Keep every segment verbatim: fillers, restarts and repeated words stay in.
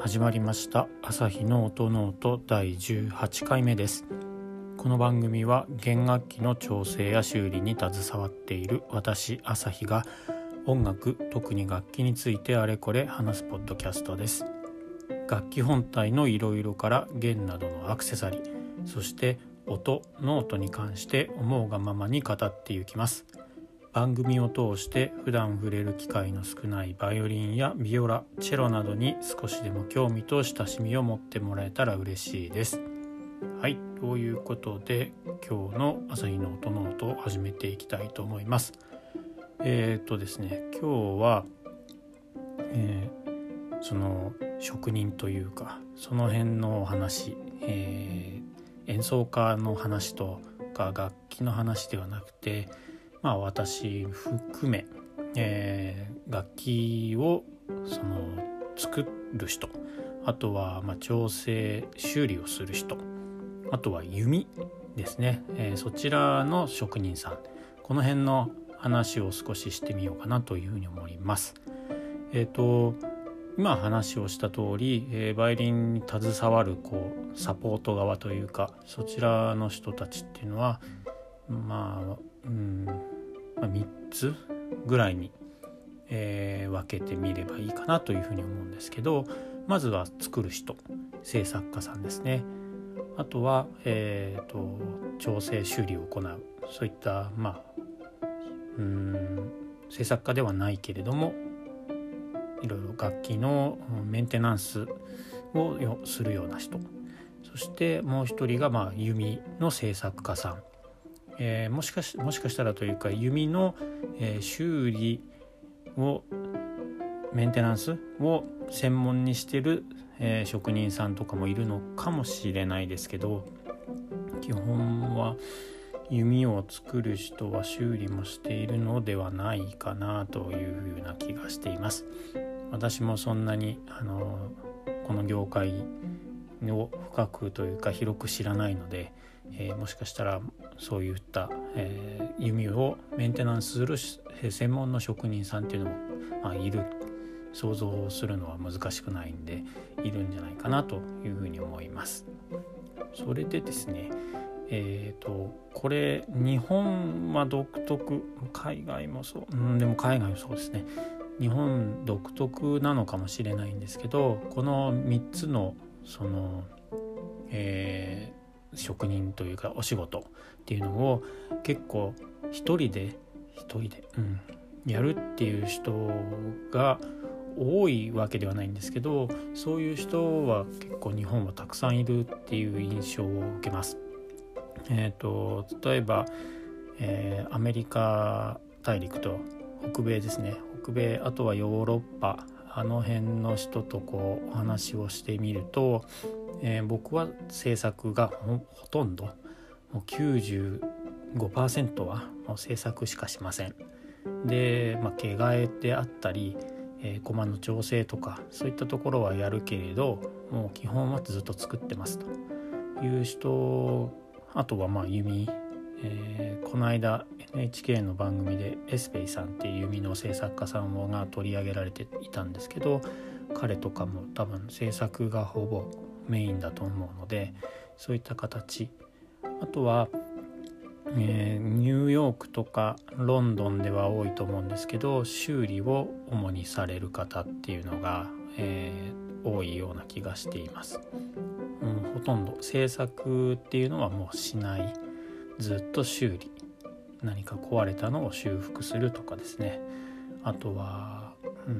始まりました朝日の音ノートだいじゅうはちかいめです。この番組は弦楽器の調整や修理に携わっている私朝日が音楽、特に楽器についてあれこれ話すポッドキャストです。楽器本体のいろいろから弦などのアクセサリー、そして音、ノートに関して思うがままに語っていきます。番組を通して普段触れる機会の少ないバイオリンやビオラ、チェロなどに少しでも興味と親しみを持ってもらえたら嬉しいです。はい、ということで今日の朝日の音ノートを始めていきたいと思います。えーとですね、今日は、えー、その職人というかその辺のお話、えー、演奏家の話とか楽器の話ではなくて、まあ私含め、えー、楽器をその作る人、あとはまあ調整修理をする人、あとは弓ですね、えー、そちらの職人さん、この辺の話を少ししてみようかなというふうに思います。えっと今話をした通り、えー、バイオリンに携わるこうサポート側というかそちらの人たちっていうのはまあ、うんまあ、みっつぐらいに、えー、分けてみればいいかなというふうに思うんですけど、まずは作る人、制作家さんですね。あとは、えー、と調整修理を行う、そういったまあうーん制作家ではないけれどもいろいろ楽器のメンテナンスをするような人、そしてもう一人がまあ弓の制作家さん、えー、もしかし、もしかしたらというか弓の、えー、修理をメンテナンスを専門にしてる、えー、職人さんとかもいるのかもしれないですけど、基本は弓を作る人は修理もしているのではないかなというふうな気がしています。私もそんなにあのこの業界を深くというか広く知らないので、えー、もしかしたらそういった、えー、弓をメンテナンスする専門の職人さんっていうのも、まあ、いる、想像するのは難しくないんでいるんじゃないかなというふうに思います。それでですね、えーとこれ日本は独特、海外もそう、うん、でも海外もそうですね、日本独特なのかもしれないんですけど、このみっつのその、えー、職人というかお仕事っていうのを結構一人で一人で、うん、やるっていう人が多いわけではないんですけど、そういう人は結構日本はたくさんいるっていう印象を受けます。えーと、例えば、えー、アメリカ大陸と北米ですね、北米、あとはヨーロッパ、あの辺の人とこうお話をしてみると、えー、僕は制作が ほ, ほとんどもう きゅうじゅうごパーセント はもう制作しかしません。で、まあ、毛替えであったり、えー、コマの調整とかそういったところはやるけれど、もう基本はずっと作ってますという人、あとはまあ弓、えー、この間 エヌエイチケー の番組でエスペイさんっていう弓の制作家さんが取り上げられていたんですけど、彼とかも多分制作がほぼメインだと思うので、そういった形、あとは、えー、ニューヨークとかロンドンでは多いと思うんですけど、修理を主にされる方っていうのが、えー、多いような気がしています。うん、ほとんど制作っていうのはもうしない、ずっと修理、何か壊れたのを修復するとかですね、あとは、うん、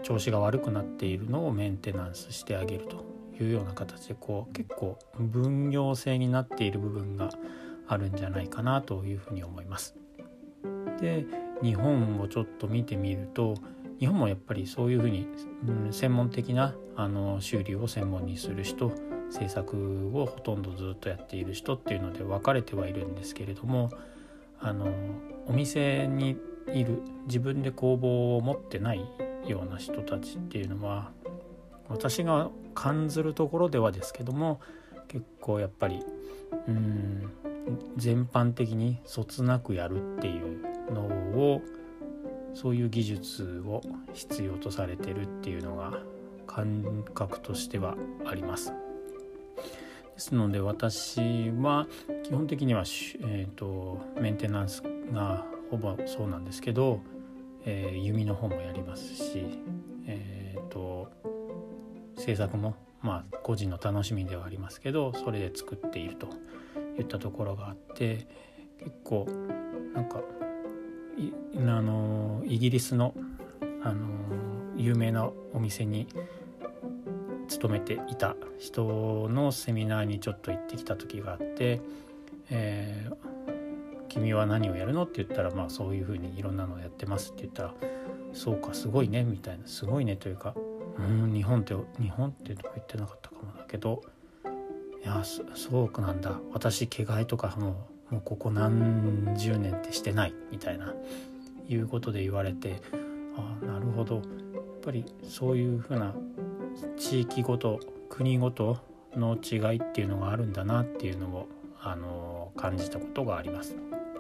調子が悪くなっているのをメンテナンスしてあげるというような形で、こう結構分業制になっている部分があるんじゃないかなというふうに思います。で、日本をちょっと見てみると、日本もやっぱりそういうふうに、うん、専門的なあの修理を専門にする人、制作をほとんどずっとやっている人っていうので分かれてはいるんですけれども、あのお店にいる、自分で工房を持ってないような人たちっていうのは、私が感じるところではですけども、結構やっぱりうーん全般的にそつなくやるっていうのを、そういう技術を必要とされてるっていうのが感覚としてはあります。ですので私は基本的には、えーと、メンテナンスがほぼそうなんですけど、えー、弓の方もやりますし、えーと、制作もまあ個人の楽しみではありますけど、それで作っているといったところがあって、結構なんかいあのイギリスの、あの有名なお店に勤めていた人のセミナーにちょっと行ってきた時があって、えー、君は何をやるのって言ったら、まあそういうふうにいろんなのをやってますって言ったら、そうかすごいねみたいな、すごいねというか、うん日本って日本ってとか言ってなかったかもだけど、いやそうなんだ、私毛替えとかもうもうここ何十年ってしてないみたいないうことで言われて、あなるほど、やっぱりそういうふうな地域ごと国ごとの違いっていうのがあるんだなっていうのをあの感じたことがあります。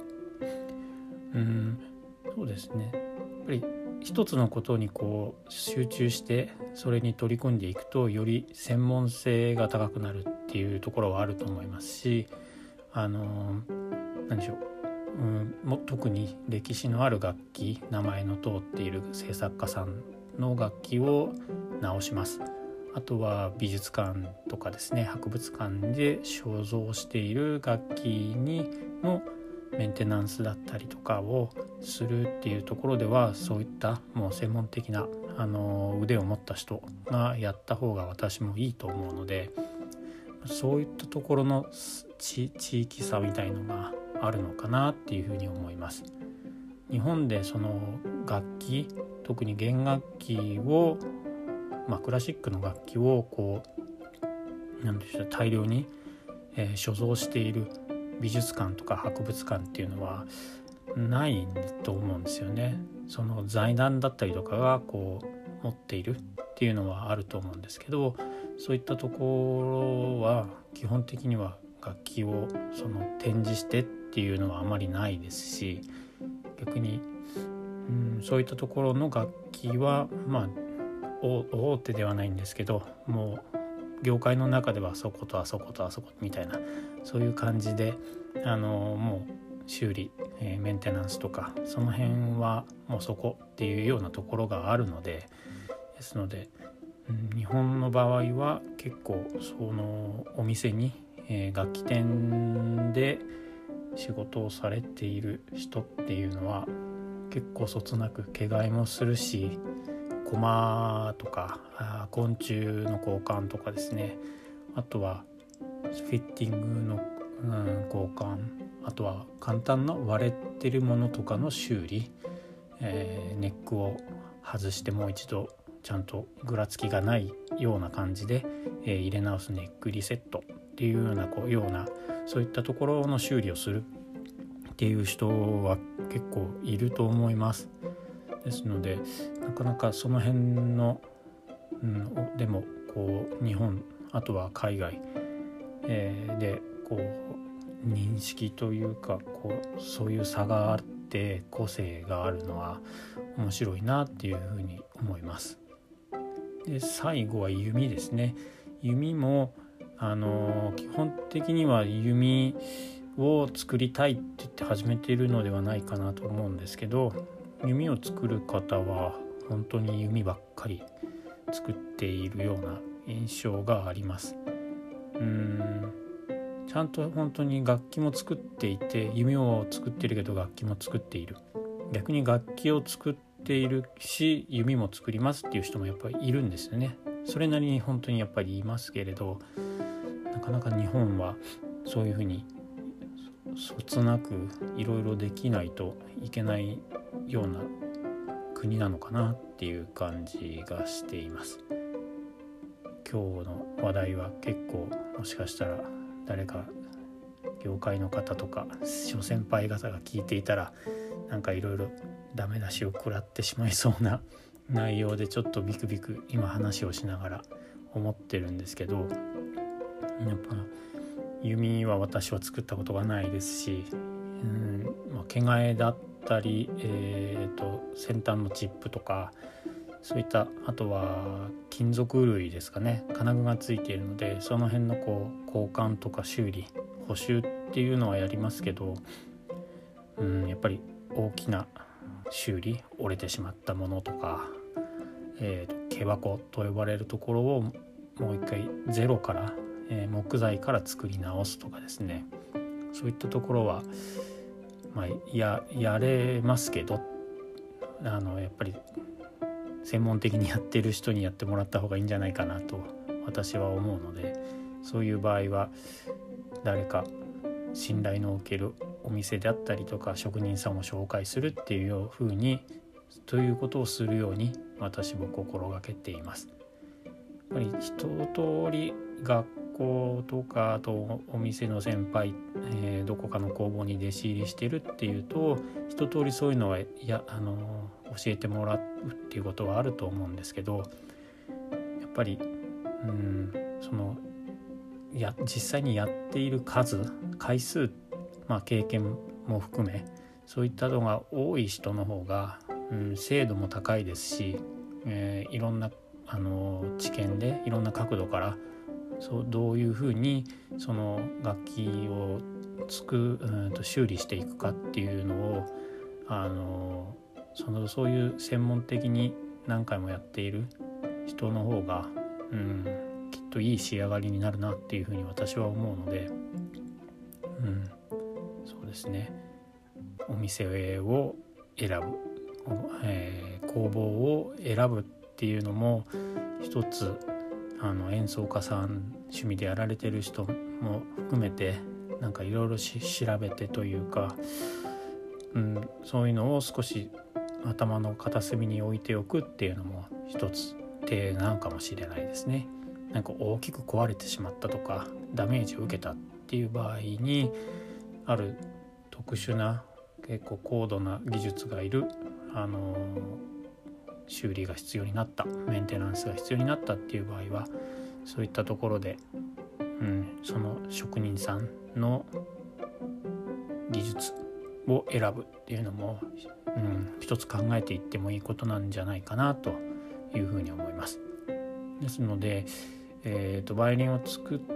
うんそうですね、やっぱり一つのことにこう集中してそれに取り組んでいくと、より専門性が高くなるっていうところはあると思いますし、あの何でしょう、うん、も特に歴史のある楽器、名前の通っている制作家さんの楽器を直します。あとは美術館とかですね、博物館で所蔵している楽器にのメンテナンスだったりとかをするっていうところでは、そういったもう専門的なあの腕を持った人がやった方が私もいいと思うので、そういったところの地域差みたいのがあるのかなっていうふうに思います。日本でその楽器、特に弦楽器を、まあ、クラシックの楽器をこうなんでしょう、大量に、えー、所蔵している美術館とか博物館っていうのはないと思うんですよね。その財団だったりとかがこう持っているっていうのはあると思うんですけど、そういったところは基本的には楽器をその展示してっていうのはあまりないですし、逆に、うん、そういったところの楽器はまあ大手ではないんですけど、もう業界の中ではそことあそことあそこみたいな、そういう感じであのもう修理、えー、メンテナンスとかその辺はもうそこっていうようなところがあるので、ですので、うん、日本の場合は結構そのお店に、えー、楽器店で仕事をされている人っていうのは結構そつなく毛替えもするし、駒とか昆虫の交換とかですね、あとはフィッティングの、うん、交換、あとは簡単な割れてるものとかの修理、えー、ネックを外してもう一度ちゃんとぐらつきがないような感じで、えー、入れ直すネックリセットっていうようなこうようなそういったところの修理をするっていう人は結構いると思います。ですのでなかなかその辺の、うん、でもこう日本あとは海外、えー、でこう認識というかこうそういう差があって個性があるのは面白いなっていうふうに思います。で最後は弓ですね。弓もあの基本的には弓を作りたいって言って始めているのではないかなと思うんですけど、弓を作る方は本当に弓ばっかり作っているような印象があります。うーんちゃんと本当に楽器も作っていて、弓を作っているけど楽器も作っている、逆に楽器を作っているし弓も作りますっていう人もやっぱりいるんですよね。それなりに本当にやっぱりいますけれど、なかなか日本はそういうふうにそつなくいろいろできないといけないような国なのかなっていう感じがしています。今日の話題は結構もしかしたら誰か業界の方とか諸先輩方が聞いていたらなんかいろいろダメ出しを食らってしまいそうな内容でちょっとビクビク今話をしながら思ってるんですけど、やっぱ弓は私は作ったことがないですし、うんまあ、毛替えだったり、えーと、先端のチップとかそういったあとは金属類ですかね、金具がついているのでその辺のこう交換とか修理補修っていうのはやりますけど、うん、やっぱり大きな修理折れてしまったものとか、えー、毛箱と呼ばれるところをもう一回ゼロから、えー、木材から作り直すとかですね、そういったところは、まあ、や, やれますけど、あのやっぱり専門的にやってる人にやってもらった方がいいんじゃないかなと私は思うので、そういう場合は誰か信頼のおけるお店であったりとか職人さんを紹介するっていう風にということをするように私も心がけています。やっぱり一通り学校とかあとお店の先輩、えー、どこかの工房に弟子入りしてるっていうと一通りそういうのはやあの教えてもらうっていうことはあると思うんですけど、やっぱりうんそのや実際にやっている数回数、まあ、経験も含めそういったのが多い人の方が、うん、精度も高いですし、えー、いろんなあの知見でいろんな角度からそうどういうふうにその楽器をつく、うん、と修理していくかっていうのをあのそのそういう専門的に何回もやっている人の方が、うん、きっといい仕上がりになるなっていうふうに私は思うので、うん、そうですね、お店を選ぶ、えー、工房を選ぶっていうのも一つあの演奏家さん趣味でやられてる人も含めてなんかいろいろ調べてというか、うん、そういうのを少し頭の片隅に置いておくっていうのも一つ手なのかもしれないですね。なんか大きく壊れてしまったとかダメージを受けたっていう場合にある特殊な結構高度な技術がいるあの修理が必要になったメンテナンスが必要になったっていう場合はそういったところで、うん、その職人さんの技術を選ぶっていうのも、うん、一つ考えていってもいいことなんじゃないかなというふうに思います。ですので、えーと、バイオリンを作、うん、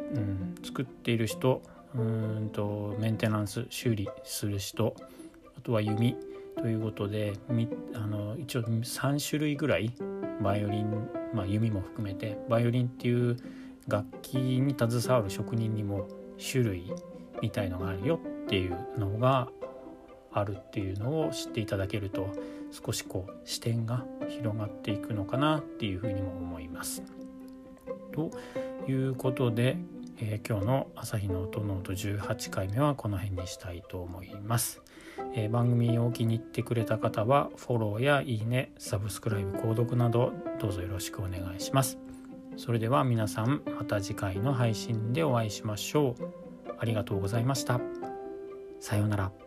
作っている人、うんとメンテナンス修理する人、あとは弓ということであの一応さん種類ぐらいバイオリン、まあ、弓も含めてバイオリンっていう楽器に携わる職人にも種類みたいのがあるよっていうのがあるっていうのを知っていただけると少しこう視点が広がっていくのかなっていうふうにも思います。ということで、えー、今日の朝日の音ノートじゅうはちかいめはこの辺にしたいと思います。えー、番組を気に入ってくれた方はフォローやいいね、サブスクライブ、購読などどうぞよろしくお願いします。それでは皆さんまた次回の配信でお会いしましょう。ありがとうございました。さようなら。